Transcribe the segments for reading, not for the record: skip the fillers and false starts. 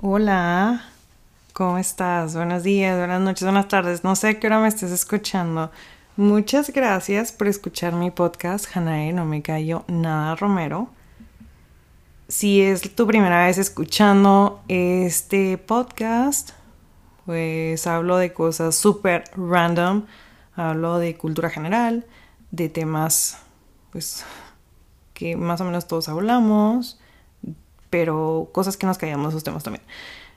Hola, ¿cómo estás? Buenos días, buenas noches, buenas tardes. No sé a qué hora me estés escuchando. Muchas gracias por escuchar mi podcast, Hanae, no me callo nada Romero. Si es tu primera vez escuchando este podcast, pues hablo de cosas súper random. Hablo de cultura general, de temas, pues, que más o menos todos hablamos, pero cosas que nos callamos esos temas también.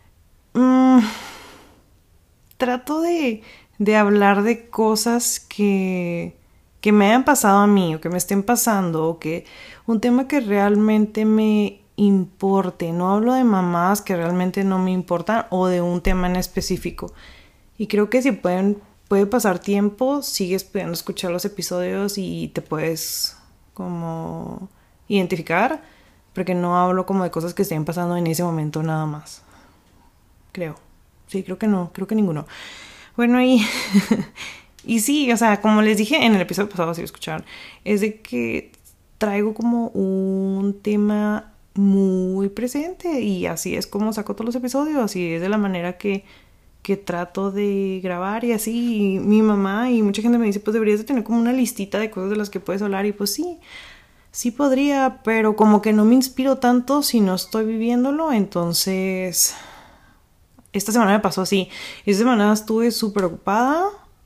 Trato de hablar de cosas que me hayan pasado a mí o que me estén pasando o que un tema que realmente me importe. No hablo de mamás que realmente no me importan o de un tema en específico. Y creo que si puede pasar tiempo, sigues pudiendo escuchar los episodios y te puedes como identificar, porque no hablo como de cosas que estén pasando en ese momento nada más. Creo. Sí, creo que no, creo que ninguno. Bueno, y sí, o sea, como les dije en el episodio pasado, si lo escucharon, es de que traigo como un tema muy presente y así es como saco todos los episodios, así es de la manera que trato de grabar y así. Y mi mamá y mucha gente me dice, pues deberías de tener como una listita de cosas de las que puedes hablar y pues sí podría, pero como que no me inspiro tanto si no estoy viviéndolo, entonces esta semana me pasó así. Esta semana estuve súper ocupada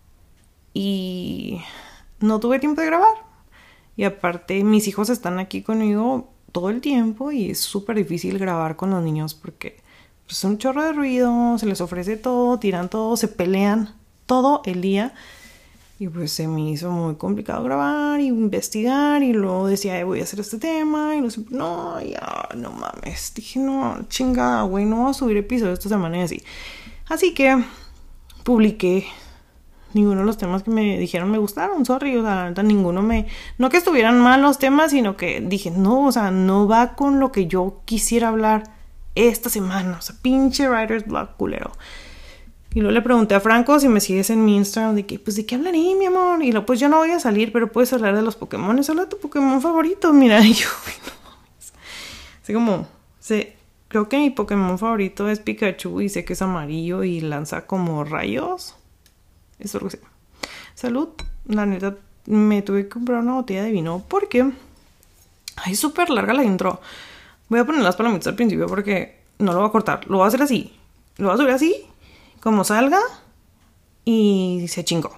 y no tuve tiempo de grabar. Y aparte mis hijos están aquí conmigo todo el tiempo y es súper difícil grabar con los niños porque pues, es un chorro de ruido, se les ofrece todo, tiran todo, se pelean todo el día. Y pues se me hizo muy complicado grabar y investigar y luego decía, voy a hacer este tema y luego, no, ya, no mames. Dije, no, chingada, güey, no voy a subir episodios esta semana y así. Así que publiqué. Ninguno de los temas que me dijeron me gustaron, sorry, o sea, la neta ninguno no que estuvieran mal los temas, sino que dije, no, o sea, no va con lo que yo quisiera hablar esta semana, o sea, pinche writer's block culero. Y luego le pregunté a Franco si me sigues en mi Instagram de que, pues, ¿de qué hablaré, mi amor? Y luego, pues, yo no voy a salir, pero puedes hablar de los Pokémon. Habla de tu Pokémon favorito, mira. Y yo, no mames. Así como, creo que mi Pokémon favorito es Pikachu y sé que es amarillo y lanza como rayos. Eso es lo que sé. Salud. La neta, me tuve que comprar una botella de vino porque ay, súper larga la intro. Voy a poner las palomitas al principio porque no lo voy a cortar. Lo voy a hacer así. Lo voy a subir así como salga y se chingó.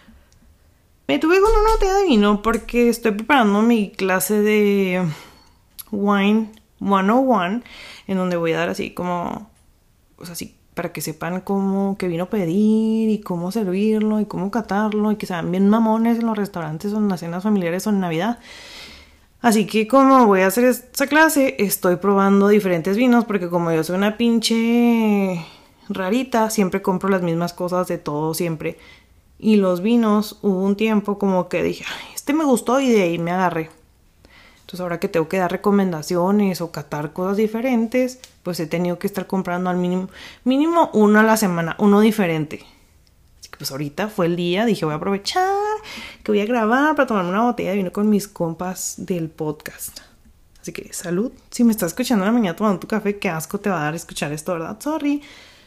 Me tuve con una botella de vino porque estoy preparando mi clase de Wine 101 en donde voy a dar así como, o sea, así para que sepan cómo qué vino pedir y cómo servirlo y cómo catarlo y que sean bien mamones en los restaurantes o en las cenas familiares o en Navidad. Así que como voy a hacer esta clase, estoy probando diferentes vinos porque como yo soy una pinche rarita, siempre compro las mismas cosas de todo siempre. Y los vinos, hubo un tiempo como que dije, ay, este me gustó y de ahí me agarré. Entonces ahora que tengo que dar recomendaciones o catar cosas diferentes, pues he tenido que estar comprando al mínimo uno a la semana, uno diferente. Así que pues ahorita fue el día, dije voy a aprovechar que voy a grabar para tomarme una botella de vino con mis compas del podcast. Así que salud. Si me estás escuchando en la mañana tomando tu café, qué asco te va a dar escuchar esto, ¿verdad? Sorry.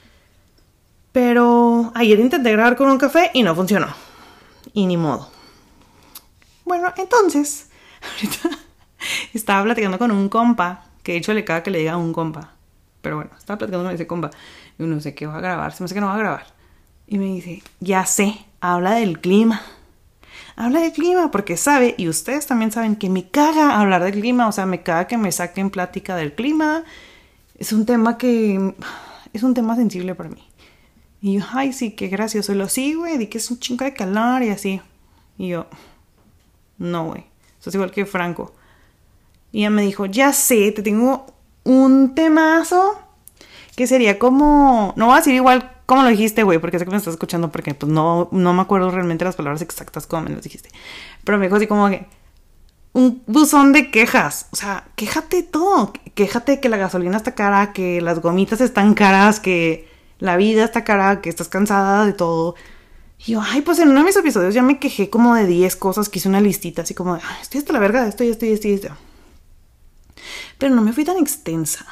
Pero ayer intenté grabar con un café y no funcionó. Y ni modo. Bueno, entonces, ahorita estaba platicando con un compa, que de hecho le caga que le diga un compa. Pero bueno, estaba platicando con ese compa. Y no sé qué va a grabar, se me hace que no va a grabar. Y me dice, ya sé, habla del clima. Habla del clima porque sabe, y ustedes también saben que me caga hablar del clima. O sea, me caga que me saquen plática del clima. Es un tema sensible para mí. Y yo, ay, sí, qué gracioso. Y lo sí, güey, di que es un chingo de calor y así. Y yo, no, güey. Eso es igual que Franco. Y ella me dijo, ya sé, te tengo un temazo que sería como, no voy a decir igual como lo dijiste, güey, porque sé que me estás escuchando, porque pues no me acuerdo realmente las palabras exactas como me las dijiste. Pero me dijo así como que un buzón de quejas. O sea, quéjate todo. Quéjate que la gasolina está cara, que las gomitas están caras, que la vida está cara, que estás cansada de todo. Y yo, ay, pues en uno de mis episodios ya me quejé como de 10 cosas, que hice una listita así como de, ay, estoy hasta la verga de esto y esto y esto y esto. Pero no me fui tan extensa.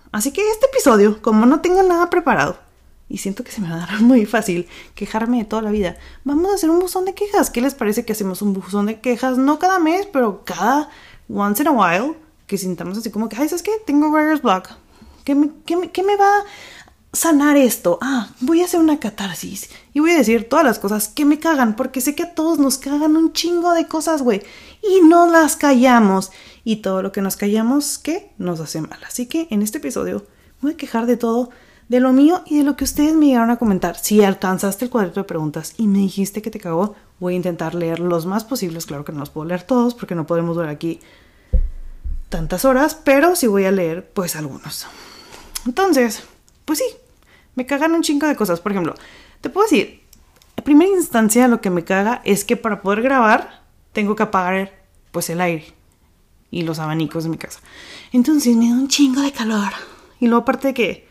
Así que este episodio, como no tengo nada preparado, y siento que se me va a dar muy fácil quejarme de toda la vida, vamos a hacer un buzón de quejas. ¿Qué les parece que hacemos un buzón de quejas? No cada mes, pero cada once in a while, que sintamos así como que, ay, ¿sabes qué? Tengo writer's block. ¿Qué me va a sanar esto? Voy a hacer una catarsis y voy a decir todas las cosas que me cagan, porque sé que a todos nos cagan un chingo de cosas, güey, y no las callamos, y todo lo que nos callamos, ¿qué? Nos hace mal. Así que en este episodio me voy a quejar de todo, de lo mío y de lo que ustedes me llegaron a comentar. Si alcanzaste el cuadrito de preguntas y me dijiste que te cagó, voy a intentar leer los más posibles. Claro que no los puedo leer todos porque no podemos durar aquí tantas horas, pero sí voy a leer pues algunos. Entonces, pues sí, me cagan un chingo de cosas. Por ejemplo, te puedo decir, en primera instancia lo que me caga es que para poder grabar tengo que apagar pues el aire y los abanicos de mi casa. Entonces me da un chingo de calor. Y luego aparte de que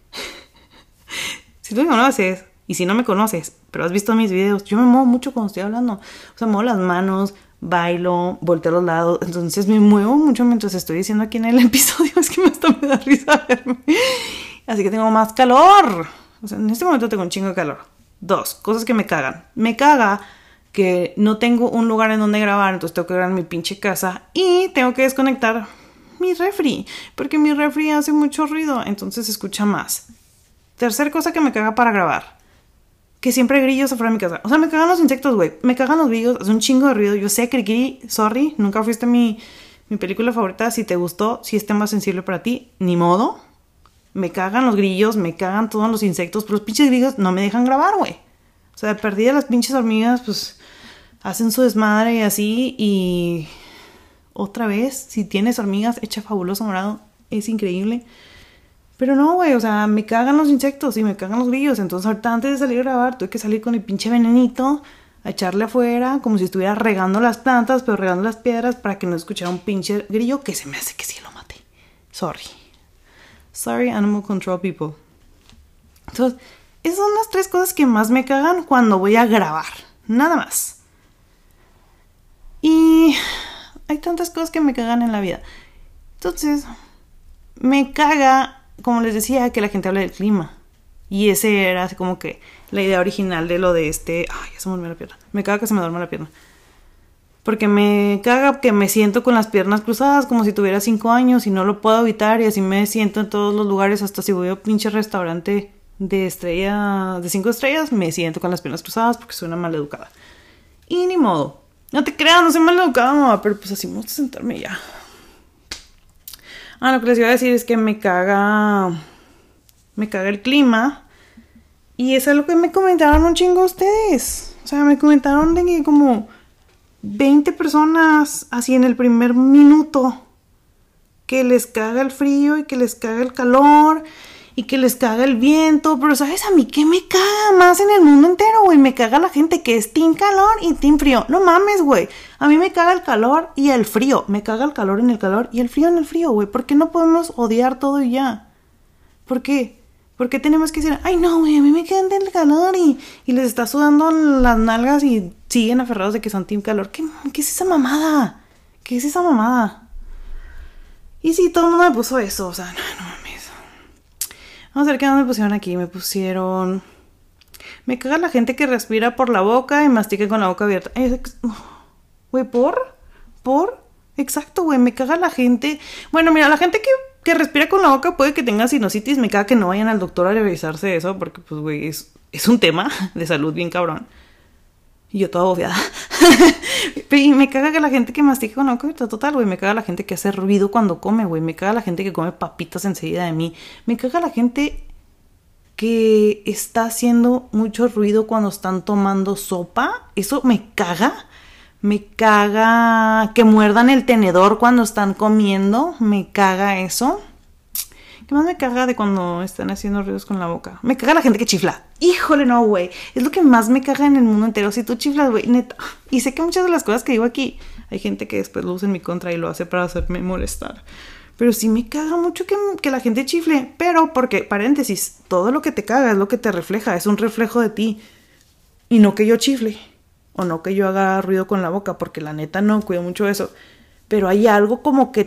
si tú me conoces y si no me conoces, pero has visto mis videos, yo me muevo mucho cuando estoy hablando. O sea, muevo las manos, bailo, volteo a los lados. Entonces me muevo mucho mientras estoy diciendo aquí en el episodio. Es que hasta me da risa verme. Así que tengo más calor. O sea, en este momento tengo un chingo de calor. 2, cosas que me cagan. Me caga que no tengo un lugar en donde grabar, entonces tengo que grabar en mi pinche casa y tengo que desconectar mi refri, porque mi refri hace mucho ruido, entonces se escucha más. 3 cosa que me caga para grabar, que siempre hay grillos afuera de mi casa. O sea, me cagan los insectos, güey. Me cagan los grillos, hace un chingo de ruido. Yo sé, Cricri, sorry, nunca fuiste mi película favorita. Si te gustó, si es tema sensible para ti, ni modo. Me cagan los grillos, me cagan todos los insectos, pero los pinches grillos no me dejan grabar, güey. O sea, perdida las pinches hormigas, pues hacen su desmadre y así. Y otra vez, si tienes hormigas, echa Fabuloso Morado, es increíble. Pero no, güey, o sea, me cagan los insectos y me cagan los grillos. Entonces ahorita antes de salir a grabar tuve que salir con el pinche venenito a echarle afuera, como si estuviera regando las plantas, pero regando las piedras para que no escuchara un pinche grillo, que se me hace que sí lo maté. Sorry, animal control people. Entonces, esas son las 3 cosas que más me cagan cuando voy a grabar. Nada más. Y hay tantas cosas que me cagan en la vida. Entonces, me caga, como les decía, que la gente hable del clima. Y ese era así como que la idea original de lo de Ay, ya se me duerme la pierna. Me caga que se me duerma la pierna. Porque me caga que me siento con las piernas cruzadas como si tuviera 5 años y no lo puedo evitar. Y así me siento en todos los lugares. Hasta si voy a un pinche restaurante de 5 estrellas, me siento con las piernas cruzadas porque soy una maleducada. Y ni modo. No te creas, no soy maleducada, mamá. Pero pues así me gusta sentarme ya. Lo que les iba a decir es que me caga el clima. Y eso es lo que me comentaron un chingo ustedes. O sea, me comentaron de que como 20 personas así en el primer minuto que les caga el frío y que les caga el calor y que les caga el viento. Pero ¿sabes a mí qué me caga más en el mundo entero, güey? Me caga la gente que es team calor y team frío. No mames, güey. A mí me caga el calor y el frío. Me caga el calor en el calor y el frío en el frío, güey. ¿Por qué no podemos odiar todo y ya? ¿Por qué? ¿Por qué tenemos que decir, ay no, güey, a mí me quedan el calor y les está sudando las nalgas y siguen aferrados de que son team calor? ¿Qué es esa mamada? ¿Qué es esa mamada? Y sí, todo el mundo me puso eso, o sea, no mames. Vamos a ver qué me pusieron aquí. Me pusieron... Me caga la gente que respira por la boca y mastica con la boca abierta. Güey, ¿por? Exacto, güey, me caga la gente... Bueno, mira, la gente que respira con la boca puede que tenga sinusitis. Me caga que no vayan al doctor a revisarse eso porque, pues, güey, es un tema de salud bien cabrón. Y yo toda bobeada. Y me caga que la gente que mastica con la boca abierta, total, güey. Me caga la gente que hace ruido cuando come, güey. Me caga la gente que come papitas enseguida de mí. Me caga la gente que está haciendo mucho ruido cuando están tomando sopa. Eso me caga. Me caga que muerdan el tenedor cuando están comiendo. Me caga eso. ¿Qué más me caga de cuando están haciendo ruidos con la boca? Me caga la gente que chifla. Híjole, no, güey. Es lo que más me caga en el mundo entero. Si tú chiflas, güey, neta. Y sé que muchas de las cosas que digo aquí, hay gente que después lo usa en mi contra y lo hace para hacerme molestar. Pero sí me caga mucho que la gente chifle. Pero porque, paréntesis, todo lo que te caga es lo que te refleja. Es un reflejo de ti. Y no que yo chifle. O no que yo haga ruido con la boca. Porque la neta no, cuido mucho eso. Pero hay algo como que te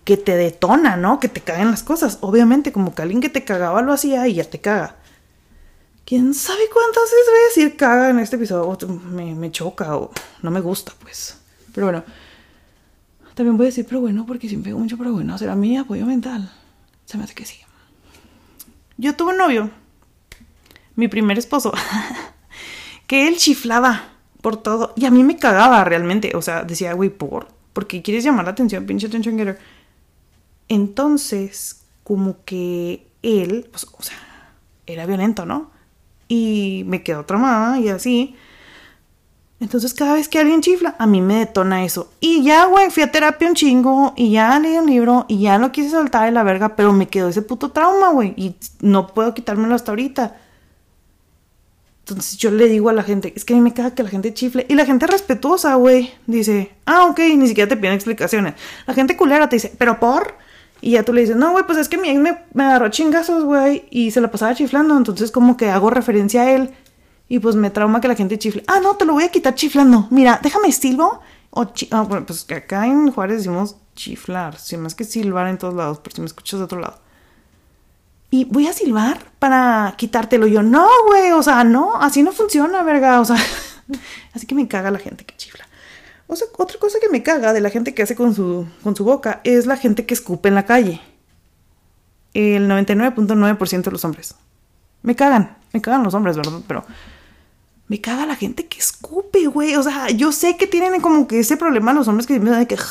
que te detona, ¿no? Que te cagan las cosas. Obviamente, como que alguien que te cagaba lo hacía y ya te caga. ¿Quién sabe cuántas veces voy a decir caga en este episodio? Me choca o no me gusta, pues. Pero bueno. También voy a decir pero bueno, porque siempre digo mucho pero bueno. ¿Será mi apoyo mental? Se me hace que sí. Yo tuve un novio, mi primer esposo, que él chiflaba por todo. Y a mí me cagaba realmente. O sea, decía, güey, ¿por qué quieres llamar la atención, pinche attention getter? Entonces, como que él, pues, o sea, era violento, ¿no? Y me quedó traumada y así. Entonces cada vez que alguien chifla, a mí me detona eso. Y ya, güey, fui a terapia un chingo. Y ya leí un libro. Y ya lo quise soltar de la verga. Pero me quedó ese puto trauma, güey. Y no puedo quitármelo hasta ahorita. Entonces yo le digo a la gente, es que a mí me caga que la gente chifle. Y la gente respetuosa, güey, dice, ok, ni siquiera te piden explicaciones. La gente culera te dice, ¿pero por? Y ya tú le dices, no, güey, pues es que mi ex me agarró chingazos, güey. Y se la pasaba chiflando. Entonces como que hago referencia a él. Y pues me trauma que la gente chifle. No, te lo voy a quitar chiflando. Mira, déjame silbo. Bueno, pues acá en Juárez decimos chiflar. Si más que silbar en todos lados, por si me escuchas de otro lado. Y voy a silbar para quitártelo. Yo, no, güey, o sea, no, así no funciona, verga. O sea, así que me caga la gente que chifla. O sea, otra cosa que me caga de la gente que hace con su boca es la gente que escupe en la calle. El 99.9% de los hombres. Me cagan los hombres, ¿verdad? Pero me caga la gente que escupe, güey. O sea, yo sé que tienen como que ese problema los hombres que me dan que...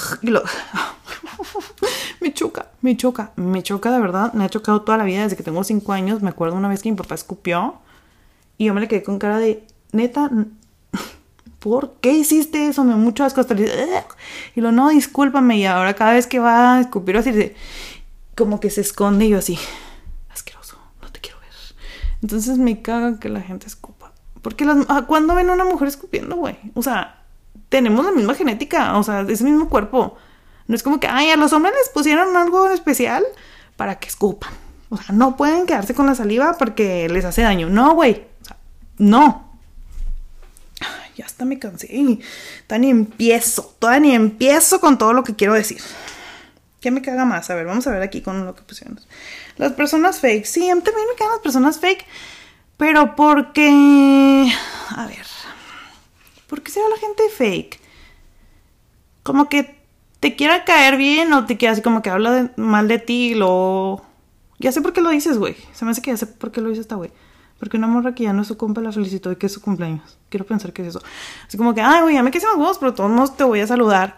me choca de verdad. Me ha chocado toda la vida desde que tengo 5 años. Me acuerdo una vez que mi papá escupió y yo me le quedé con cara de, neta, ¿por qué hiciste eso? Me dio mucho asco. Hasta le dije, y lo no, discúlpame. Y ahora cada vez que va a escupir así, como que se esconde y yo así, asqueroso, no te quiero ver. Entonces me caga que la gente escupa. Porque ¿cuándo ven a una mujer escupiendo, güey? O sea, tenemos la misma genética, o sea, es el mismo cuerpo. No es como que, a los hombres les pusieron algo especial para que escupan. O sea, no pueden quedarse con la saliva porque les hace daño. No, güey. O sea, no. Ya hasta me cansé. Todavía ni empiezo con todo lo que quiero decir. ¿Qué me caga más? A ver, vamos a ver aquí con lo que pusieron. Las personas fake. Sí, a mí también me cagan las personas fake. Pero porque... A ver. ¿Por qué será la gente fake? Como que te quiera caer bien o te quiera así como que habla mal de ti y lo... Ya sé por qué lo dices, güey. Se me hace que ya sé por qué lo dice esta güey. Porque una morra que ya no es su compa la felicitó y que es su cumpleaños. Quiero pensar que es eso. Así como que, güey, ya me quedé sin huevos, pero de todos modos te voy a saludar.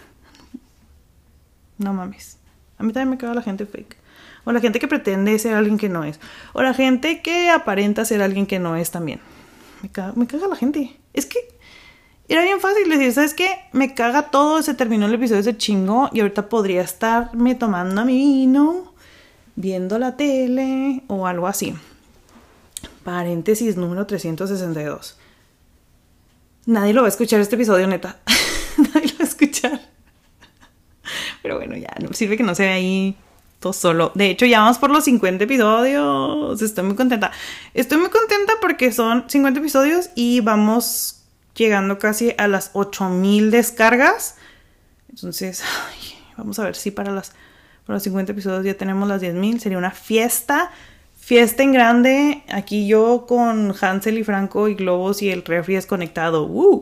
No mames. A mí también me caga la gente fake. O la gente que pretende ser alguien que no es. O la gente que aparenta ser alguien que no es también. Me caga la gente. Es que era bien fácil decir, ¿sabes qué? Me caga todo, se terminó el episodio, se chingó. Y ahorita podría estarme tomando mi vino, viendo la tele o algo así. Paréntesis número 362. Nadie lo va a escuchar este episodio, neta. Nadie lo va a escuchar. Pero bueno, ya, no sirve que no se vea ahí todo solo. De hecho, ya vamos por los 50 episodios. Estoy muy contenta. Estoy muy contenta porque son 50 episodios y vamos llegando casi a las 8,000 descargas. Entonces, vamos a ver si para los 50 episodios ya tenemos las 10,000. Sería una fiesta. Fiesta en grande. Aquí yo con Hansel y Franco y globos y el refri desconectado. Voy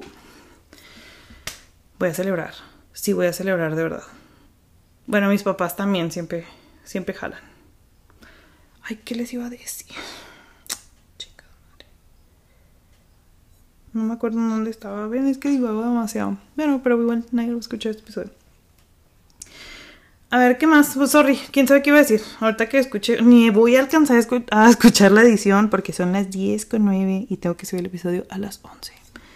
a celebrar. Sí, voy a celebrar de verdad. Bueno, mis papás también siempre jalan. Ay, ¿qué les iba a decir? Chica madre. No me acuerdo en dónde estaba. Ven, es que divago demasiado. Bueno, pero igual nadie lo escuchó este episodio. A ver, ¿qué más? Pues sorry, quién sabe qué iba a decir. Ahorita que escuché, ni voy a alcanzar a escuchar la edición porque son las 10:09 y tengo que subir el episodio a las 11.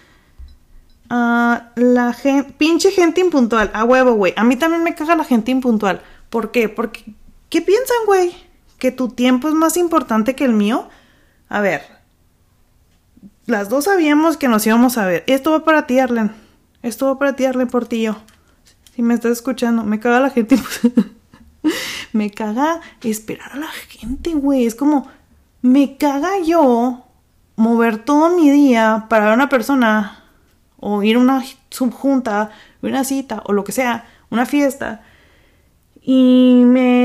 Pinche gente impuntual. A huevo, güey. A mí también me caga la gente impuntual. ¿Por qué? Porque, ¿qué piensan, güey? ¿Que tu tiempo es más importante que el mío? A ver. Las dos sabíamos que nos íbamos a ver. Esto va para ti, Arlen. Esto va para ti, Arlen Portillo. Si me estás escuchando, me caga la gente. Me caga esperar a la gente, güey. Es como, me caga yo mover todo mi día para ver a una persona o ir a una subjunta, una cita o lo que sea, una fiesta. Y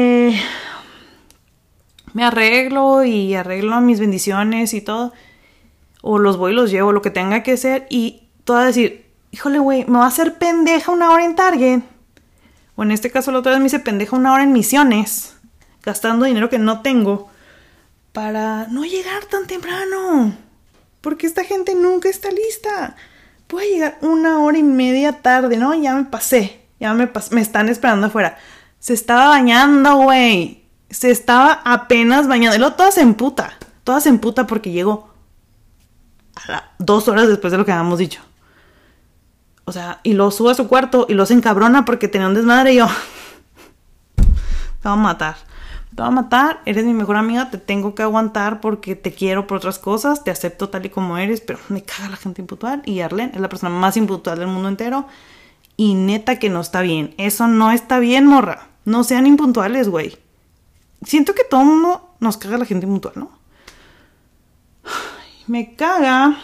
me arreglo y arreglo mis bendiciones y todo. O los voy y los llevo, lo que tenga que hacer. Y toda decir, híjole, güey, me va a hacer pendeja 1 hora en Target. O en este caso la otra vez me hice pendeja 1 hora en Misiones. Gastando dinero que no tengo. Para no llegar tan temprano. Porque esta gente nunca está lista. Puede llegar 1 hora y media tarde, ¿no? Ya me pasé. Me están esperando afuera. Se estaba bañando, güey. Se estaba apenas bañando. Y luego toda se emputa. Toda se emputa porque llegó 2 horas después de lo que habíamos dicho. O sea, y lo subo a su cuarto y lo se encabrona porque tenía un desmadre y yo... Te voy a matar. Te voy a matar. Eres mi mejor amiga. Te tengo que aguantar porque te quiero por otras cosas. Te acepto tal y como eres. Pero me caga la gente impuntual. Y Arlen es la persona más impuntual del mundo entero. Y neta que no está bien. Eso no está bien, morra. No sean impuntuales, güey. Siento que todo el mundo nos caga la gente impuntual, ¿no? Me caga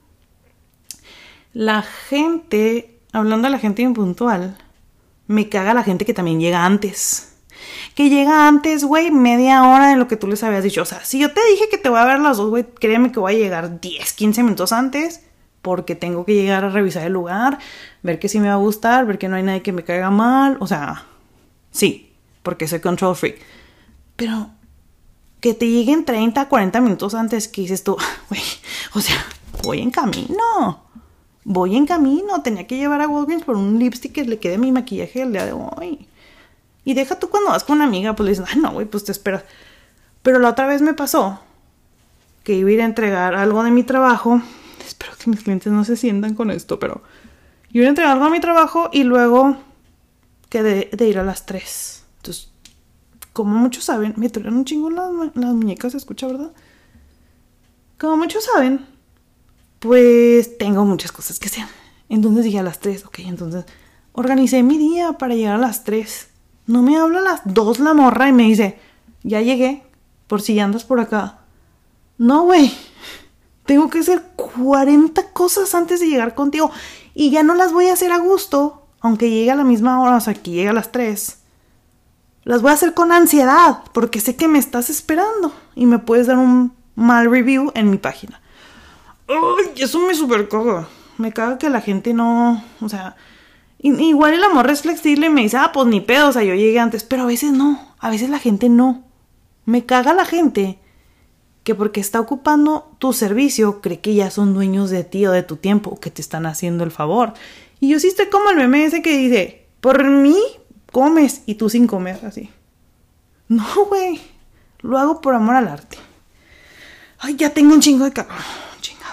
la gente, hablando de la gente impuntual, me caga la gente que también llega antes. Que llega antes, güey, media hora de lo que tú les habías dicho. O sea, si yo te dije que te voy a ver a las 2, güey, créeme que voy a llegar 10, 15 minutos antes. Porque tengo que llegar a revisar el lugar, ver que sí me va a gustar, ver que no hay nadie que me caiga mal. O sea, sí, porque soy control freak. Pero que te lleguen 30, 40 minutos antes, que dices tú, güey, o sea, voy en camino. Tenía que llevar a Walgreens por un lipstick que le quede mi maquillaje el día de hoy. Y deja tú cuando vas con una amiga, pues le dices, ay, no, güey, pues te esperas. Pero la otra vez me pasó que iba a ir a entregar algo de mi trabajo. Espero que mis clientes no se sientan con esto, pero yo iba a entregar algo a mi trabajo y luego quedé de ir a las 3. Entonces, como muchos saben, me dolieron un chingo las muñecas, se escucha, ¿verdad? Como muchos saben, pues tengo muchas cosas que hacer. Entonces dije a las 3, ok, entonces organicé mi día para llegar a las 3. No me habla a las 2 la morra y me dice, ya llegué, por si ya andas por acá. No, güey. Tengo que hacer 40 cosas antes de llegar contigo. Y ya no las voy a hacer a gusto. Aunque llegue a la misma hora. O sea, que llegue a las 3. Las voy a hacer con ansiedad. Porque sé que me estás esperando. Y me puedes dar un mal review en mi página. ¡Ay! Eso me super caga. Me caga que la gente no... O sea... Igual el amor es flexible y me dice, pues ni pedo. O sea, yo llegué antes. Pero a veces no. A veces la gente no. Me caga la gente que porque está ocupando tu servicio, cree que ya son dueños de ti o de tu tiempo, o que te están haciendo el favor. Y yo sí estoy como el meme ese que dice, por mí comes y tú sin comer, así. No, güey. Lo hago por amor al arte. Ay, ya tengo un chingo de calor. Chingada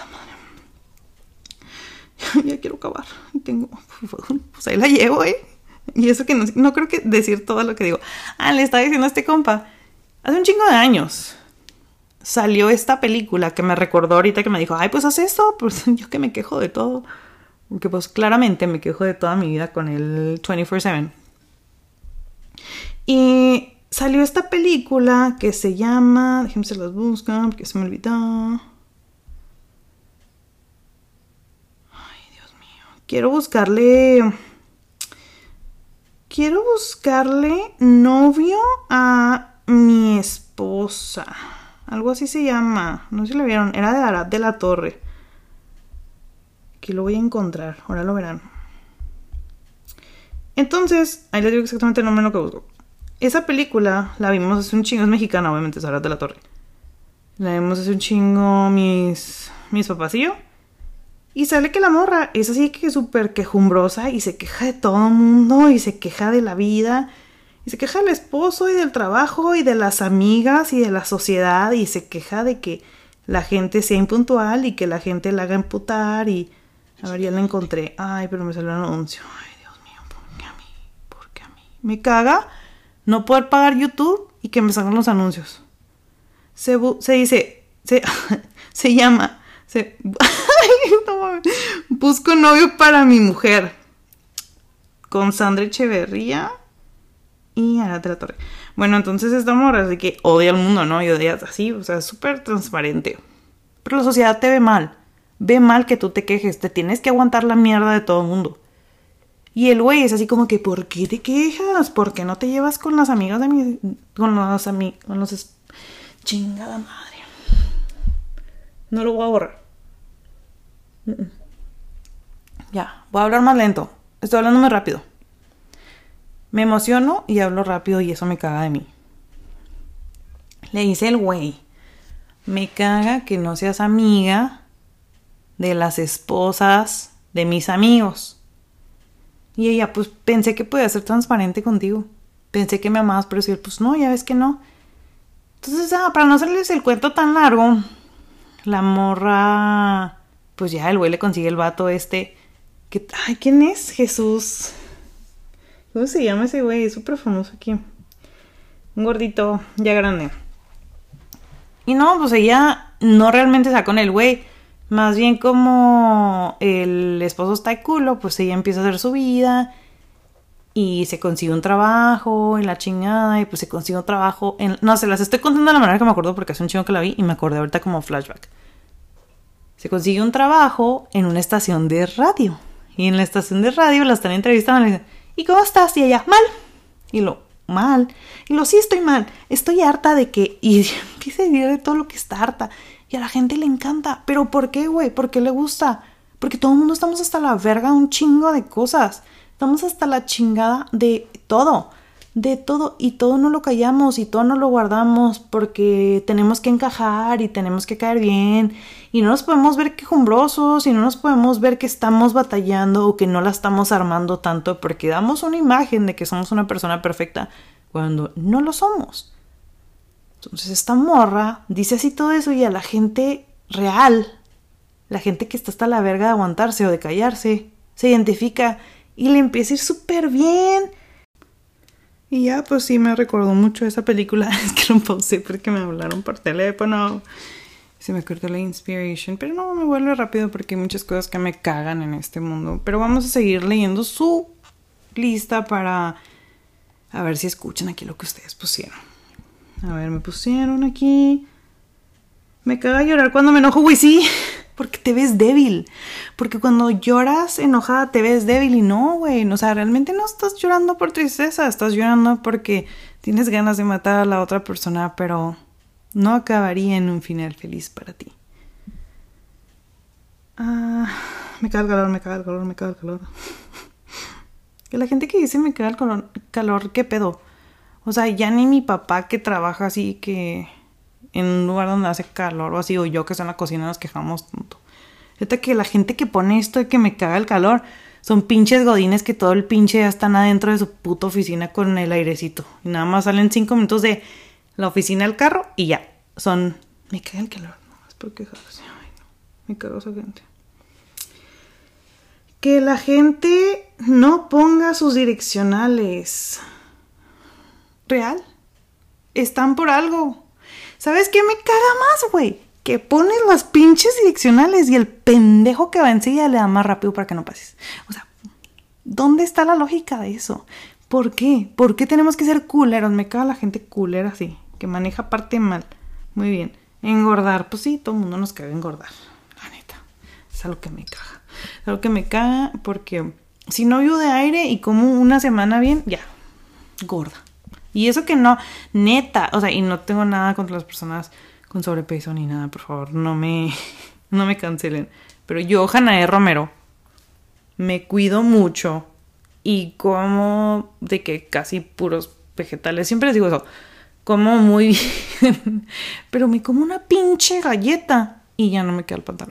madre. Ya quiero acabar. Tengo... Pues ahí la llevo, Y eso que no creo que decir todo lo que digo. Le estaba diciendo a este compa. Hace un chingo de años salió esta película que me recordó ahorita, que me dijo, ay, pues haz esto. Pues yo que me quejo de todo. Porque pues claramente me quejo de toda mi vida con el 24/7. Y salió esta película que se llama... Déjenme se las buscar porque se me olvidó. Ay, Dios mío. Quiero buscarle novio a mi esposa. Algo así se llama. No sé si lo vieron. Era de Arad de la Torre. Aquí lo voy a encontrar. Ahora lo verán. Entonces, ahí les digo exactamente el nombre de lo que busco. Esa película la vimos hace un chingo. Es mexicana, obviamente, es Arad de la Torre. La vimos hace un chingo mis papás y yo. Y sale que la morra es así que súper quejumbrosa y se queja de todo el mundo y se queja de la vida. Y se queja del esposo y del trabajo y de las amigas y de la sociedad. Y se queja de que la gente sea impuntual y que la gente la haga imputar. Y a ver, ya la encontré. Ay, pero me salió un anuncio. Ay, Dios mío, ¿por qué a mí? ¿Por qué a mí? Me caga no poder pagar YouTube y que me salgan los anuncios. Se llama... Ay, no mames. Busco novio para mi mujer. Con Sandra Echeverría y Arad de la Torre. Bueno, entonces esta morra así que odia al mundo, ¿no? Y odia así, o sea, es súper transparente. Pero la sociedad te ve mal. Ve mal que tú te quejes. Te tienes que aguantar la mierda de todo el mundo. Y el güey es así como que, ¿por qué te quejas? ¿Por qué no te llevas con las amigas de mi... Chingada madre. No lo voy a borrar. Ya, voy a hablar más lento. Estoy hablando muy rápido. Me emociono y hablo rápido y eso me caga de mí. Le dice el güey, me caga que no seas amiga de las esposas de mis amigos. Y ella, pues pensé que podía ser transparente contigo. Pensé que me amabas, pero si él, pues no, ya ves que no. Entonces, para no hacerles el cuento tan largo, la morra, pues ya el güey le consigue el vato que, ay, ¿quién es? Jesús. ¿Cómo se llama ese güey? Es súper famoso aquí. Un gordito, ya grande. Y no, pues ella no realmente está con el güey. Más bien como el esposo está de culo, pues ella empieza a hacer su vida y se consigue un trabajo en la chingada y pues se consigue un trabajo en... No, se las estoy contando de la manera que me acuerdo porque hace un chingo que la vi y me acordé ahorita como flashback. Se consigue un trabajo en una estación de radio y en la estación de radio la están entrevistando y le dicen, ¿y cómo estás? Y ella, mal. Y mal. Y sí, estoy mal. Estoy harta de que... Y empieza a decir de todo lo que está harta. Y a la gente le encanta. ¿Pero por qué, güey? ¿Por qué le gusta? Porque todo el mundo estamos hasta la verga de un chingo de cosas. Estamos hasta la chingada de todo. De todo. Y todo no lo callamos y todo no lo guardamos porque tenemos que encajar y tenemos que caer bien. Y no nos podemos ver quejumbrosos y no nos podemos ver que estamos batallando o que no la estamos armando tanto porque damos una imagen de que somos una persona perfecta cuando no lo somos. Entonces esta morra dice así todo eso y a la gente real, la gente que está hasta la verga de aguantarse o de callarse, se identifica y le empieza a ir súper bien. Y ya, pues sí, me recordó mucho esa película. Es que lo pausé porque me hablaron por teléfono. Se me cortó la inspiration. Pero no, me vuelve rápido porque hay muchas cosas que me cagan en este mundo. Pero vamos a seguir leyendo su lista para... A ver si escuchan aquí lo que ustedes pusieron. A ver, me pusieron aquí. Me caga llorar cuando me enojo, güey, sí. Porque te ves débil. Porque cuando lloras enojada te ves débil y no, güey. O sea, realmente no estás llorando por tristeza. Estás llorando porque tienes ganas de matar a la otra persona, pero no acabaría en un final feliz para ti. Me caga el calor, me caga el calor, me caga el calor. Que la gente que dice me caga el calor, ¿qué pedo? O sea, ya ni mi papá que trabaja así que en un lugar donde hace calor o así, o yo que estoy en la cocina nos quejamos tanto. Fíjate que la gente que pone esto de que me caga el calor son pinches godines que todo el pinche ya están adentro de su puta oficina con el airecito. Y nada más salen 5 minutos de la oficina al carro y ya. Me caga el calor, no es por quejarse. Ay, no, me caga esa gente. Que la gente no ponga sus direccionales. ¿Real? Están por algo. ¿Sabes qué me caga más, güey? Que pones las pinches direccionales y el pendejo que va enseguida le da más rápido para que no pases. O sea, ¿dónde está la lógica de eso? ¿Por qué? ¿Por qué tenemos que ser culeros? Me caga la gente culera así, que maneja aparte mal. Muy bien. Engordar. Pues sí, todo el mundo nos caga engordar. La neta. Es algo que me caga. Es algo que me caga porque si no vivo de aire y como una semana bien, ya, gorda. Y eso que no, neta, o sea, y no tengo nada contra las personas con sobrepeso ni nada, por favor, no me cancelen. Pero yo, Janae Romero, me cuido mucho y como de que casi puros vegetales, siempre les digo eso, como muy bien, pero me como una pinche galleta y ya no me queda el pantalón.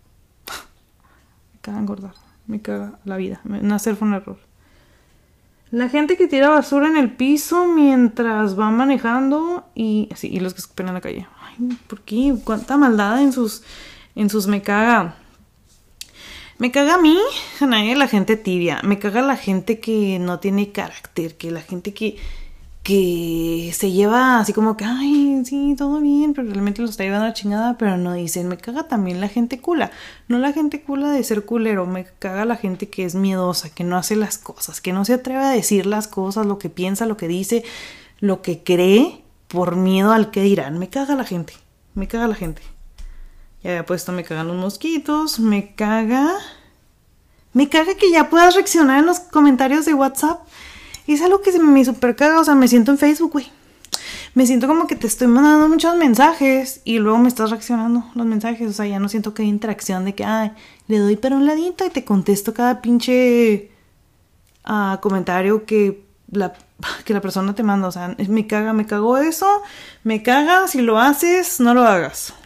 Me caga engordar, me caga la vida, nacer fue un error. La gente que tira basura en el piso mientras va manejando y los que escupen en la calle. Ay, ¿por qué? ¿Cuánta maldad en sus me caga? Me caga a mí, Janae, la gente tibia. Me caga la gente que no tiene carácter, que la gente que se lleva así como que, ay, sí, todo bien, pero realmente lo está llevando a la chingada, pero no dicen. Me caga también la gente cula. No la gente cula de ser culero, me caga la gente que es miedosa, que no hace las cosas, que no se atreve a decir las cosas, lo que piensa, lo que dice, lo que cree, por miedo al que dirán. Me caga la gente, me caga la gente. Ya había puesto, me cagan los mosquitos, me caga Me caga que ya puedas reaccionar en los comentarios de WhatsApp. Es algo que se me super caga. O sea, me siento en Facebook, güey. Me siento como que te estoy mandando muchos mensajes y luego me estás reaccionando los mensajes. O sea, ya no siento que hay interacción de que, ay, le doy para un ladito y te contesto cada pinche comentario que la persona te manda. O sea, me cagó eso. Me caga, si lo haces, no lo hagas.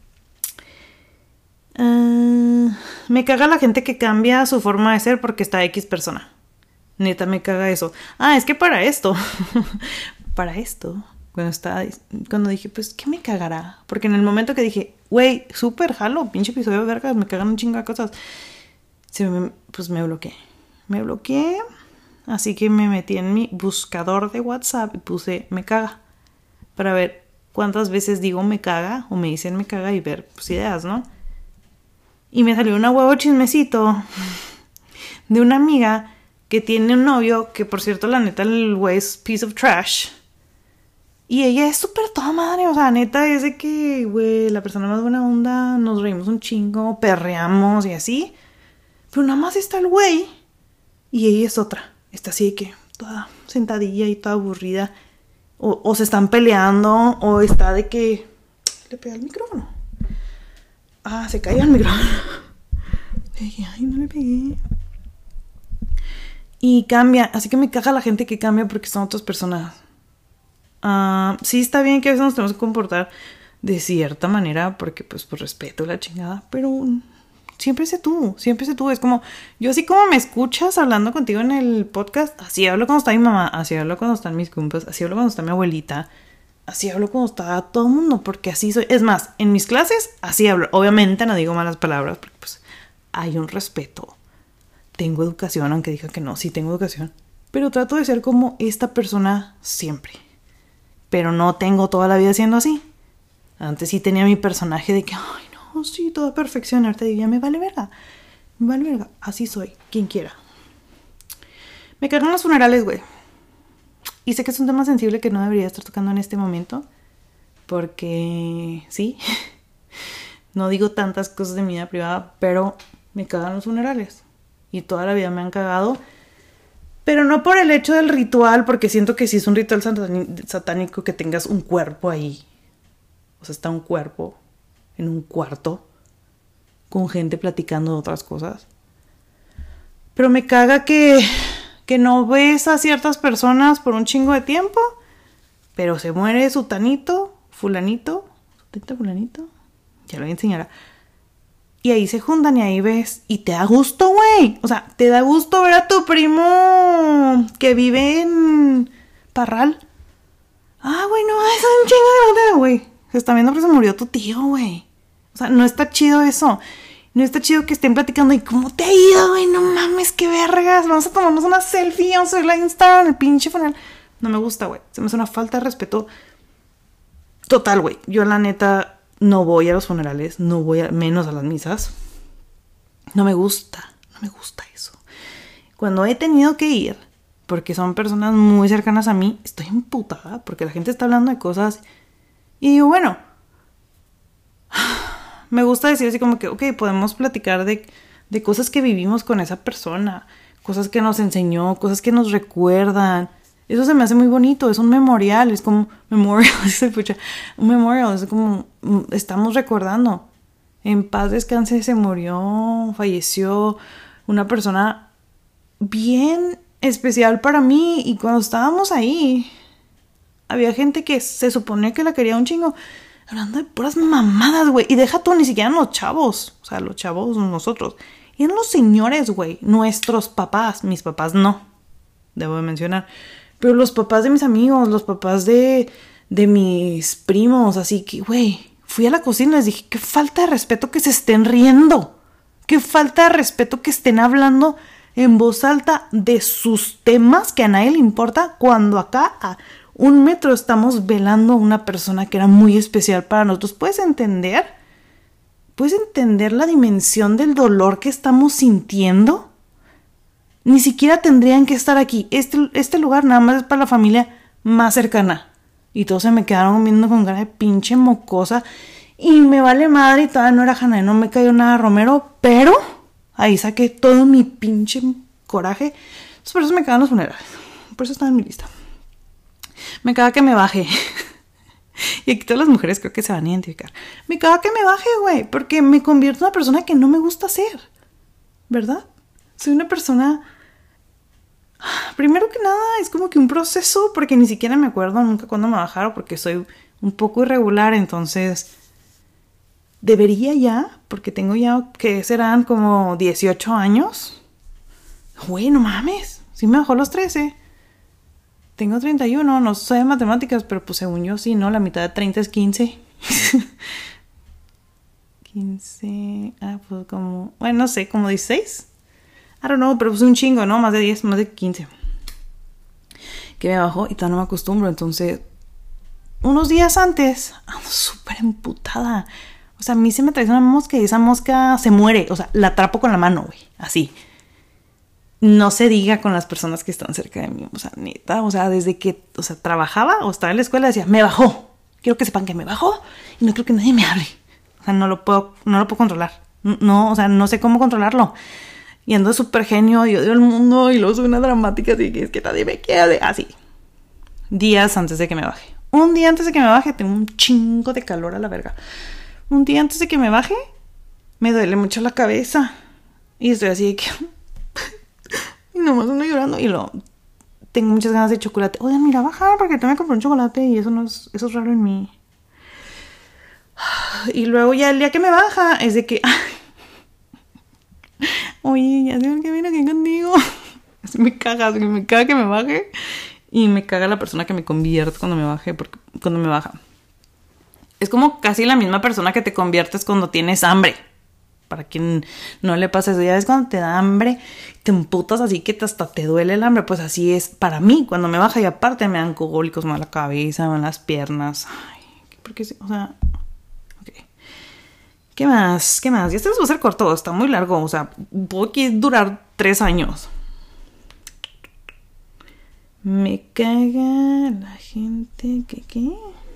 Me caga la gente que cambia su forma de ser porque está X persona. Neta, me caga eso. Es que para esto. Para esto. Cuando dije, pues, ¿qué me cagará? Porque en el momento que dije, güey, súper jalo, pinche episodio de vergas, me cagan un chingo de cosas. Pues me bloqueé. Me bloqueé. Así que me metí en mi buscador de WhatsApp y puse me caga. Para ver cuántas veces digo me caga o me dicen me caga y ver pues ideas, ¿no? Y me salió una huevo chismecito de una amiga que tiene un novio que, por cierto, la neta, el güey es piece of trash. Y ella es súper toda madre, o sea, neta, es de que, güey, la persona más buena onda, nos reímos un chingo, perreamos y así. Pero nada más está el güey y ella es otra. Está así de que toda sentadilla y toda aburrida. O se están peleando, o está de que le pega el micrófono. Se cayó el micrófono. Dije, ay, no le pegué. Y cambia, así que me caga la gente que cambia porque son otras personas. Sí está bien que a veces nos tenemos que comportar de cierta manera porque pues por respeto la chingada, pero siempre sé tú. Es como, yo así como me escuchas hablando contigo en el podcast, así hablo cuando está mi mamá, así hablo cuando están mis compas, así hablo cuando está mi abuelita, así hablo cuando está todo el mundo, porque así soy. Es más, en mis clases así hablo. Obviamente no digo malas palabras porque pues hay un respeto. Tengo educación, aunque diga que no, sí tengo educación. Pero trato de ser como esta persona siempre. Pero no tengo toda la vida siendo así. Antes sí tenía mi personaje de que, ay no, sí, toda perfección. Ahorita diría, me vale verga. Así soy, quien quiera. Me cagan los funerales, güey. Y sé que es un tema sensible que no debería estar tocando en este momento. Porque, sí, no digo tantas cosas de mi vida privada, pero me cagan los funerales. Y toda la vida me han cagado. Pero no por el hecho del ritual, porque siento que sí es un ritual satánico que tengas un cuerpo ahí. O sea, está un cuerpo en un cuarto con gente platicando de otras cosas. Pero me caga que no ves a ciertas personas por un chingo de tiempo, pero se muere sutanito, fulanito, ya lo voy a enseñar. Y ahí se juntan y ahí ves. Y te da gusto, güey. O sea, te da gusto ver a tu primo que vive en Parral. Güey, no, es un chingo de güey. Se está viendo que se murió tu tío, güey. O sea, no está chido eso. No está chido que estén platicando. ¿Y cómo te ha ido, güey? No mames, qué vergas. Vamos a tomarnos una selfie. Vamos a subir la Instagram, el pinche funeral. No me gusta, güey. Se me hace una falta de respeto total, güey. Yo, la neta, no voy a los funerales. No voy menos a las misas. No me gusta eso. Cuando he tenido que ir, porque son personas muy cercanas a mí, estoy emputada porque la gente está hablando de cosas. Y digo, bueno, me gusta decir así como que, ok, podemos platicar de cosas que vivimos con esa persona, cosas que nos enseñó, cosas que nos recuerdan. Eso se me hace muy bonito, es un memorial, es como memorial, un memorial, es como estamos recordando. En paz descanse, se murió, falleció una persona bien especial para mí, y cuando estábamos ahí había gente que se supone que la quería un chingo, hablando de puras mamadas, güey. Y deja tú, ni siquiera los chavos. O sea, los chavos, nosotros. Y eran los señores, güey. Nuestros papás. Mis papás no. Debo de mencionar. Pero los papás de mis amigos, los papás de mis primos. Así que, güey, fui a la cocina y les dije, qué falta de respeto que se estén riendo. Qué falta de respeto que estén hablando en voz alta de sus temas que a nadie le importa, cuando acá a 1 metro estamos velando a una persona que era muy especial para nosotros. ¿Puedes entender? ¿Puedes entender la dimensión del dolor que estamos sintiendo? Ni siquiera tendrían que estar aquí. Este lugar nada más es para la familia más cercana. Y todos se me quedaron viendo con cara de pinche mocosa. Y me vale madre, y todavía no era Hannah, no me cayó nada Romero. Pero Ahí saqué todo mi pinche coraje. Entonces, por eso me cagan los funerales. Por eso está en mi lista. Me caga que me baje. Y aquí todas las mujeres creo que se van a identificar. Me caga que me baje, güey. Porque me convierto en una persona que no me gusta ser. ¿Verdad? Soy una persona... Primero que nada, es como que un proceso. Porque ni siquiera me acuerdo nunca cuándo me bajaron. Porque soy un poco irregular. Entonces... Debería ya, porque tengo ya, que serán como 18 años. Güey, no mames. Sí me bajó los 13. Tengo 31, no soy de matemáticas, pero pues según yo sí, ¿no? La mitad de 30 es 15. 15, pues como, bueno, no sé, como 16. I don't know, pero pues un chingo, ¿no? Más de 10, más de 15. Que me bajó y todavía no me acostumbro, entonces... Unos días antes, ando súper emputada. O sea, a mí se me trae una mosca y esa mosca se muere. O sea, la atrapo con la mano, güey. Así. No se diga con las personas que están cerca de mí. O sea, neta. O sea, desde que trabajaba o estaba en la escuela decía, me bajó. Quiero que sepan que me bajó y no quiero que nadie me hable. O sea, no lo puedo controlar. No, o sea, no sé cómo controlarlo. Y ando súper genio y odio el mundo y luego soy una dramática así que es que nadie me quiere. Así. Días antes de que me baje. Un día antes de que me baje tengo un chingo de calor a la verga. Un día antes de que me baje, me duele mucho la cabeza. Y estoy así de que... y nomás ando llorando. Y luego tengo muchas ganas de chocolate. Oigan, mira, bajar porque te me compré un chocolate y eso eso es raro en mí. Y luego ya el día que me baja es de que... Oye, ya sé que vine aquí contigo. Así me caga que me baje. Y me caga la persona que me convierte cuando me baje. Porque cuando me baja. Es como casi la misma persona que te conviertes cuando tienes hambre. Para quien no le pasa eso, ya ves cuando te da hambre, te emputas así que hasta te duele el hambre. Pues así es para mí cuando me baja y aparte me dan cólicos, me da la cabeza, me dan las piernas. Ay, porque o sea... Ok. ¿Qué más? Ya este les va a ser corto, está muy largo. O sea, puedo durar 3 años. Me caga la gente que... ¿Qué?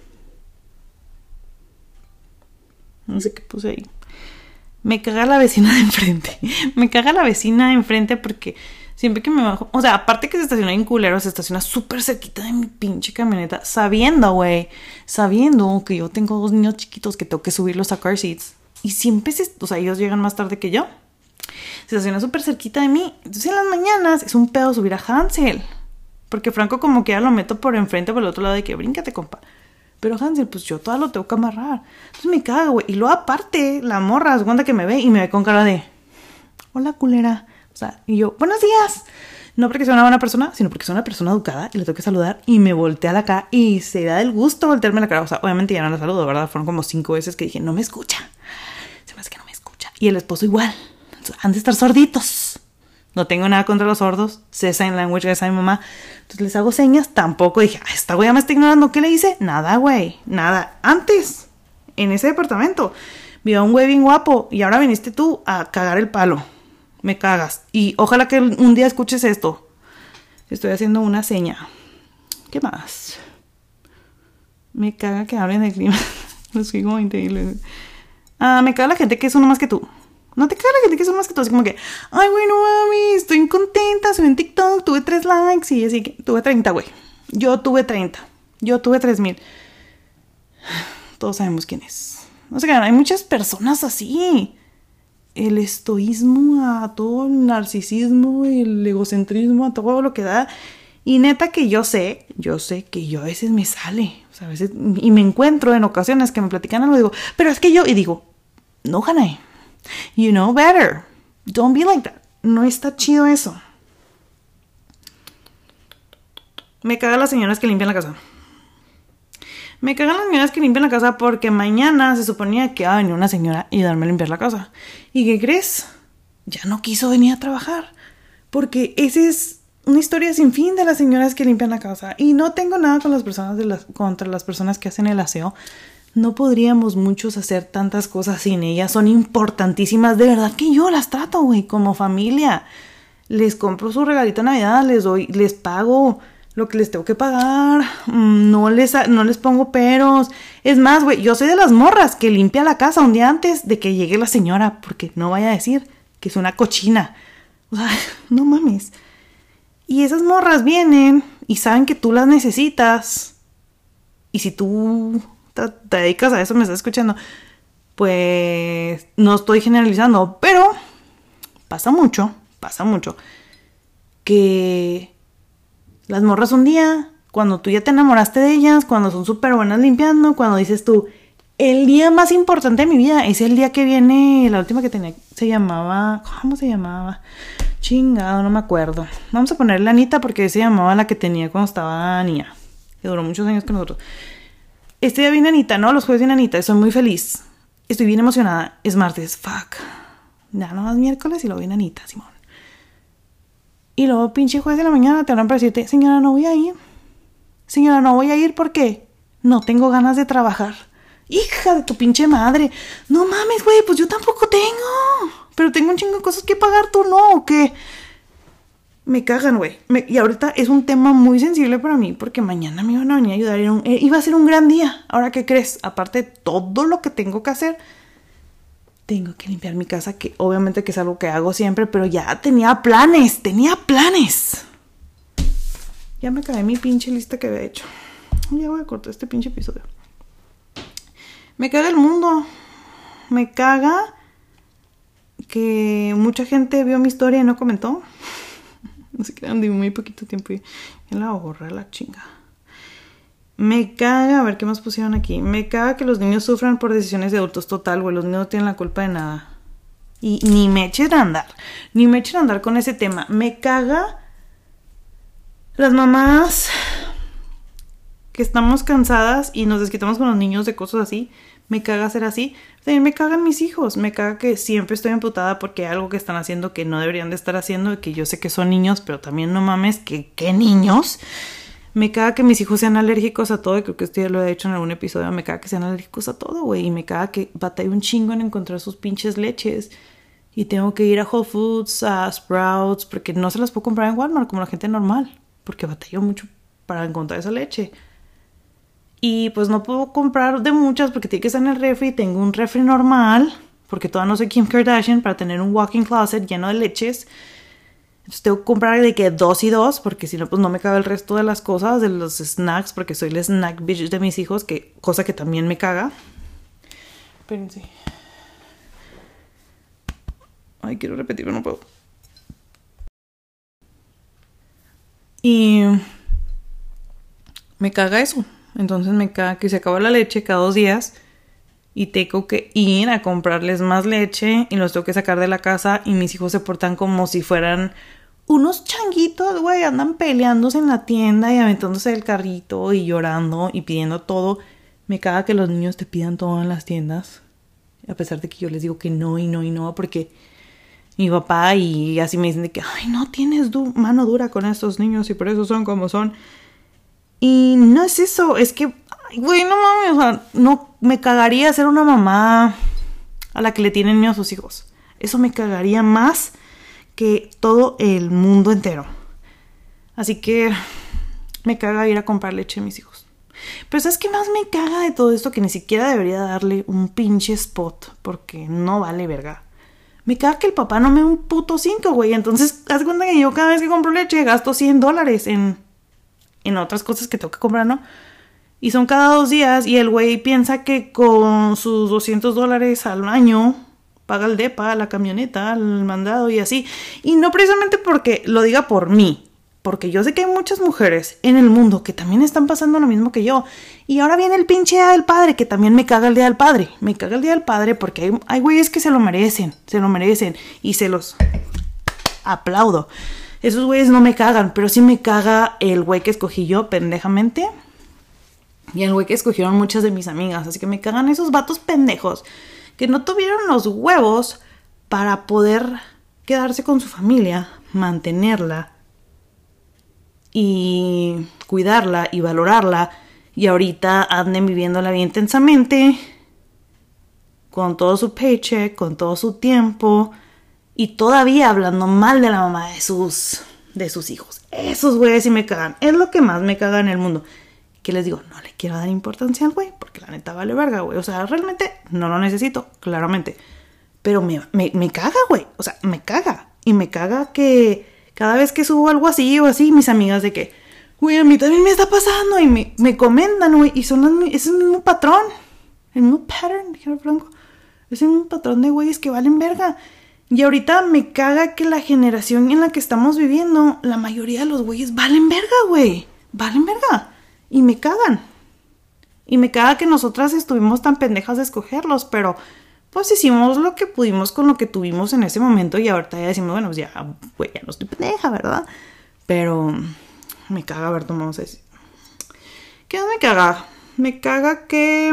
No sé qué puse ahí. Me caga la vecina de enfrente. Me caga la vecina de enfrente porque siempre que me bajo... O sea, aparte que se estaciona en culero, se estaciona súper cerquita de mi pinche camioneta. Sabiendo que yo tengo 2 niños chiquitos que tengo que subirlos a car seats. Y siempre o sea, ellos llegan más tarde que yo. Se estaciona súper cerquita de mí. Entonces en las mañanas es un pedo subir a Hansel. Porque Franco como que ya lo meto por enfrente por el otro lado de que bríncate, compa. Pero Hansel, pues yo todavía lo tengo que amarrar. Entonces me cago, güey. Y luego aparte, la morra se cuenta que me ve y me ve con cara de... Hola, culera. O sea, y yo, buenos días. No porque sea una buena persona, sino porque soy una persona educada y le tengo que saludar. Y me voltea la cara y se da el gusto voltearme la cara. O sea, obviamente ya no la saludo, ¿verdad? Fueron como 5 veces que dije, no me escucha. Se me hace que no me escucha. Y el esposo igual. Han de estar sorditos. No tengo nada contra los sordos. Sé sign language, esa es mi mamá. Entonces les hago señas. Tampoco dije, esta güey ya me está ignorando. ¿Qué le hice? Nada, güey. Nada. Antes, en ese departamento, vi a un güey bien guapo. Y ahora viniste tú a cagar el palo. Me cagas. Y ojalá que un día escuches esto. Estoy haciendo una seña. ¿Qué más? Me caga que hablen de clima. Los sigo increíbles. Me caga la gente que es uno más que tú. No te caga la gente que es uno más que tú. Así como que, ay, güey, no mami, estoy contenta. Subí en TikTok, tuve 3 likes. Y así que tuve 30, güey. Yo tuve 30. Yo tuve 3,000. Todos sabemos quién es. No sé qué, hay muchas personas así. El estoísmo a todo, el narcisismo, el egocentrismo, a todo lo que da. Y neta que yo sé que yo a veces me sale. O sea, a veces, y me encuentro en ocasiones que me platican algo y digo, pero es que yo, y digo, no, Hanae, you know better. Don't be like that. No está chido eso. Me cagan las señoras que limpian la casa. Me cagan las señoras que limpian la casa porque mañana se suponía que iba a venir una señora y darme a limpiar la casa. ¿Y qué crees? Ya no quiso venir a trabajar. Porque esa es una historia sin fin de las señoras que limpian la casa. Y no tengo nada con las personas contra las personas que hacen el aseo. No podríamos muchos hacer tantas cosas sin ellas. Son importantísimas. De verdad que yo las trato, güey, como familia. Les compro su regalito de Navidad, les pago lo que les tengo que pagar, no les pongo peros. Es más, güey, yo soy de las morras que limpia la casa un día antes de que llegue la señora, porque no vaya a decir que es una cochina. O sea, no mames. Y esas morras vienen y saben que tú las necesitas. Y si tú te dedicas a eso, me estás escuchando, pues no estoy generalizando, pero pasa mucho que las morras un día, cuando tú ya te enamoraste de ellas, cuando son súper buenas limpiando, cuando dices tú, el día más importante de mi vida es el día que viene, la última que tenía, se llamaba, ¿cómo se llamaba? Chingado, no me acuerdo. Vamos a ponerle Anita porque se llamaba la que tenía cuando estaba niña, que duró muchos años con nosotros. Este día viene Anita, ¿no? Los jueves viene Anita, estoy muy feliz. Estoy bien emocionada. Es martes, fuck. Ya no es miércoles y luego viene Anita, Simón. Y luego pinche jueves de la mañana te hablan para decirte, señora, no voy a ir. Señora, no voy a ir porque no tengo ganas de trabajar. Hija de tu pinche madre. No mames, güey, pues yo tampoco tengo. Pero tengo un chingo de cosas que pagar, ¿tú no? ¿O qué? Me cagan, güey. Y ahorita es un tema muy sensible para mí porque mañana me iban a venir a ayudar. Iba a ser un gran día. Ahora, ¿qué crees? Aparte de todo lo que tengo que hacer, tengo que limpiar mi casa, que obviamente que es algo que hago siempre, pero ya tenía planes. Ya me acabé mi pinche lista que había hecho. Ya voy a cortar este pinche episodio. Me caga el mundo. Me caga que mucha gente vio mi historia y no comentó. No se quedan de muy poquito tiempo y la voy a borrar la chinga. Me caga, a ver qué más pusieron aquí. Me caga que los niños sufran por decisiones de adultos. Total, güey, los niños no tienen la culpa de nada. Y ni me echen a andar con ese tema. Me caga las mamás que estamos cansadas y nos desquitamos con los niños de cosas así. Me caga ser así. También me cagan mis hijos. Me caga que siempre estoy emputada porque hay algo que están haciendo que no deberían de estar haciendo. Y que yo sé que son niños, pero también no mames, que ¿qué niños? Me caga que mis hijos sean alérgicos a todo. Y creo que esto ya lo he hecho en algún episodio. Me caga que sean alérgicos a todo, güey. Y me caga que batallo un chingo en encontrar sus pinches leches. Y tengo que ir a Whole Foods, a Sprouts, porque no se las puedo comprar en Walmart como la gente normal. Porque batallo mucho para encontrar esa leche. Y pues no puedo comprar de muchas porque tiene que estar en el refri. Tengo un refri normal porque todavía no soy Kim Kardashian para tener un walk-in closet lleno de leches. Entonces tengo que comprar de que 2 y 2 porque si no pues no me cabe el resto de las cosas, de los snacks, porque soy el snack bitch de mis hijos, que cosa que también me caga. Espérense. Ay, quiero repetirlo, no puedo. Y me caga eso. Entonces me caga que se acaba la leche cada 2 días y tengo que ir a comprarles más leche y los tengo que sacar de la casa y mis hijos se portan como si fueran unos changuitos, güey, andan peleándose en la tienda y aventándose del carrito y llorando y pidiendo todo. Me caga que los niños te pidan todo en las tiendas, a pesar de que yo les digo que no y no y no, porque mi papá y así me dicen de que, ay, no tienes mano dura con estos niños y por eso son como son. Y no es eso, es que, ay, güey, no mames, o sea, no me cagaría ser una mamá a la que le tienen miedo a sus hijos. Eso me cagaría más que todo el mundo entero. Así que me caga ir a comprar leche a mis hijos. Pero ¿sabes qué más me caga de todo esto? Que ni siquiera debería darle un pinche spot, porque no vale verga. Me caga que el papá no me dé un puto 5, güey. Entonces, haz cuenta que yo cada vez que compro leche gasto $100 en otras cosas que tengo que comprar, ¿no? Y son cada 2 días y el güey piensa que con sus $200 al año paga el depa, la camioneta, el mandado y así. Y no precisamente porque lo diga por mí, porque yo sé que hay muchas mujeres en el mundo que también están pasando lo mismo que yo. Y ahora viene el pinche Día del Padre, que también me caga el Día del Padre. Me caga el Día del Padre porque hay güeyes que se lo merecen y se los aplaudo. Esos güeyes no me cagan, pero sí me caga el güey que escogí yo, pendejamente. Y el güey que escogieron muchas de mis amigas. Así que me cagan esos vatos pendejos que no tuvieron los huevos para poder quedarse con su familia, mantenerla y cuidarla y valorarla. Y ahorita anden viviéndola bien intensamente, con todo su paycheck, con todo su tiempo. Y todavía hablando mal de la mamá de sus hijos. Esos güeyes sí me cagan. Es lo que más me caga en el mundo. Que les digo, no le quiero dar importancia al güey, porque la neta vale verga, güey. O sea, realmente no lo necesito, claramente. Pero me caga, güey. O sea, me caga. Y me caga que cada vez que subo algo así o así, mis amigas de que, güey, a mí también me está pasando. Y me comentan, güey. Y es el mismo patrón. El mismo pattern, dijera Franco. Es el mismo patrón de güeyes que valen verga. Y ahorita me caga que la generación en la que estamos viviendo, la mayoría de los güeyes valen verga, güey. Valen verga. Y me cagan. Y me caga que nosotras estuvimos tan pendejas de escogerlos, pero pues hicimos lo que pudimos con lo que tuvimos en ese momento y ahorita ya decimos, bueno, pues ya, güey, ya no estoy pendeja, ¿verdad? Pero me caga haber tomado ese. ¿Qué me caga? Me caga que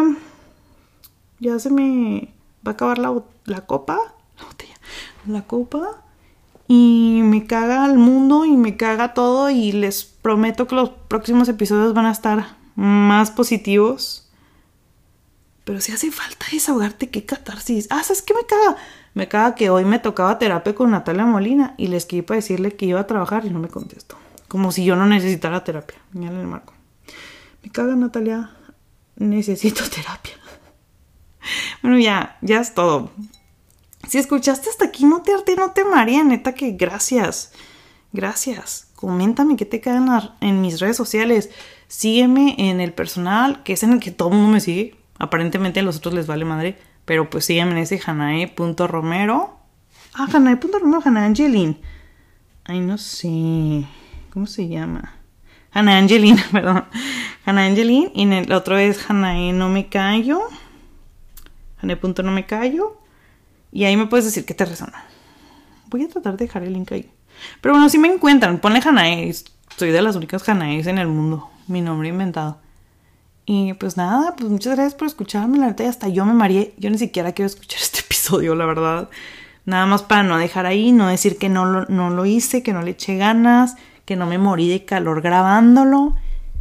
ya se me va a acabar la copa, la botella, la copa, y me caga el mundo y me caga todo, y les prometo que los próximos episodios van a estar más positivos. Pero si hace falta desahogarte, qué catarsis. ¿Sabes qué me caga? Me caga que hoy me tocaba terapia con Natalia Molina y le escribí para decirle que iba a trabajar y no me contestó. Como si yo no necesitara terapia. Ya le marco. Me caga, Natalia. Necesito terapia. Bueno, ya es todo. Si escuchaste hasta aquí, no te marees, neta que gracias. Gracias. Coméntame qué te cagan en mis redes sociales. Sígueme en el personal, que es en el que todo el mundo me sigue. Aparentemente a los otros les vale madre. Pero pues sígueme en ese Hanae.Romero. Hanae.Romero, Hanae Angeline. Ay, no sé. ¿Cómo se llama? Hanae Angeline, perdón. Hanae Angeline. Y en el otro es Hanae No Me Callo. Hanae.No Me Callo. Y ahí me puedes decir qué te resona. Voy a tratar de dejar el link ahí. Pero bueno, si me encuentran, ponle Hanae. Soy de las únicas Hanaes en el mundo. Mi nombre inventado. Y pues nada, pues muchas gracias por escucharme. La neta, hasta yo me mareé. Yo ni siquiera quiero escuchar este episodio, la verdad. Nada más para no dejar ahí, no decir que no lo hice, que no le eché ganas, que no me morí de calor grabándolo.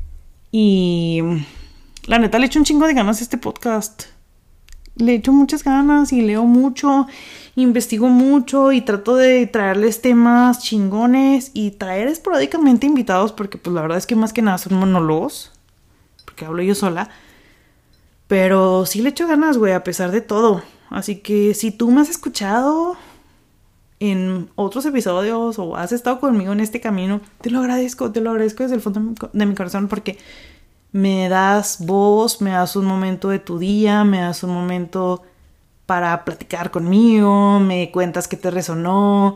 Y la neta, le echo un chingo de ganas a este podcast. Le echo muchas ganas y leo mucho, investigo mucho y trato de traerles temas chingones y traer esporádicamente invitados, porque pues la verdad es que más que nada son monólogos, porque hablo yo sola. Pero sí le echo ganas, güey, a pesar de todo. Así que si tú me has escuchado en otros episodios o has estado conmigo en este camino, te lo agradezco desde el fondo de mi corazón, porque me das voz, me das un momento de tu día, me das un momento para platicar conmigo, me cuentas qué te resonó,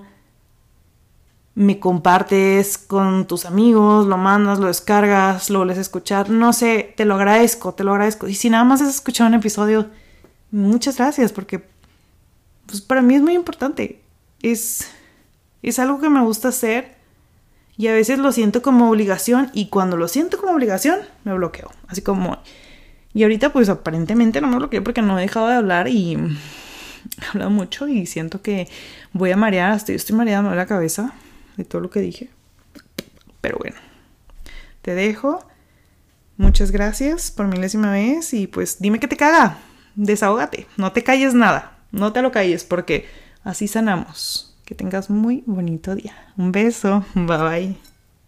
me compartes con tus amigos, lo mandas, lo descargas, lo vuelves a escuchar, no sé, te lo agradezco. Y si nada más has escuchado un episodio, muchas gracias, porque pues para mí es muy importante. Es algo que me gusta hacer. Y a veces lo siento como obligación. Y cuando lo siento como obligación, me bloqueo. Así como... Y ahorita pues aparentemente no me bloqueo porque no he dejado de hablar. Y he hablado mucho. Y siento que voy a marear. Estoy mareada, me duele la cabeza de todo lo que dije. Pero bueno. Te dejo. Muchas gracias por milésima vez. Y pues dime qué te caga. Desahógate. No te calles nada. No te lo calles porque así sanamos. Que tengas muy bonito día. Un beso. Bye bye.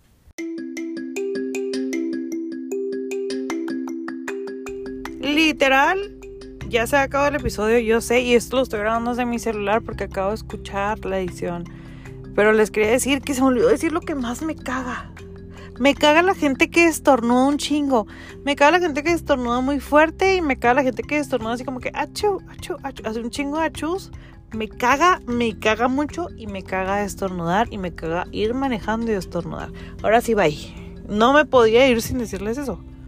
Literal, ya se ha acabado el episodio, yo sé, y esto lo estoy grabando desde mi celular porque acabo de escuchar la edición. Pero les quería decir que se me olvidó decir lo que más me caga. Me caga la gente que estornuda un chingo. Me caga la gente que estornuda muy fuerte. Y me caga la gente que estornuda así como que achú, achú, achú. Hace un chingo de achús. Me caga mucho. Y me caga estornudar. Y me caga ir manejando y estornudar. Ahora sí, bye. No me podía ir sin decirles eso.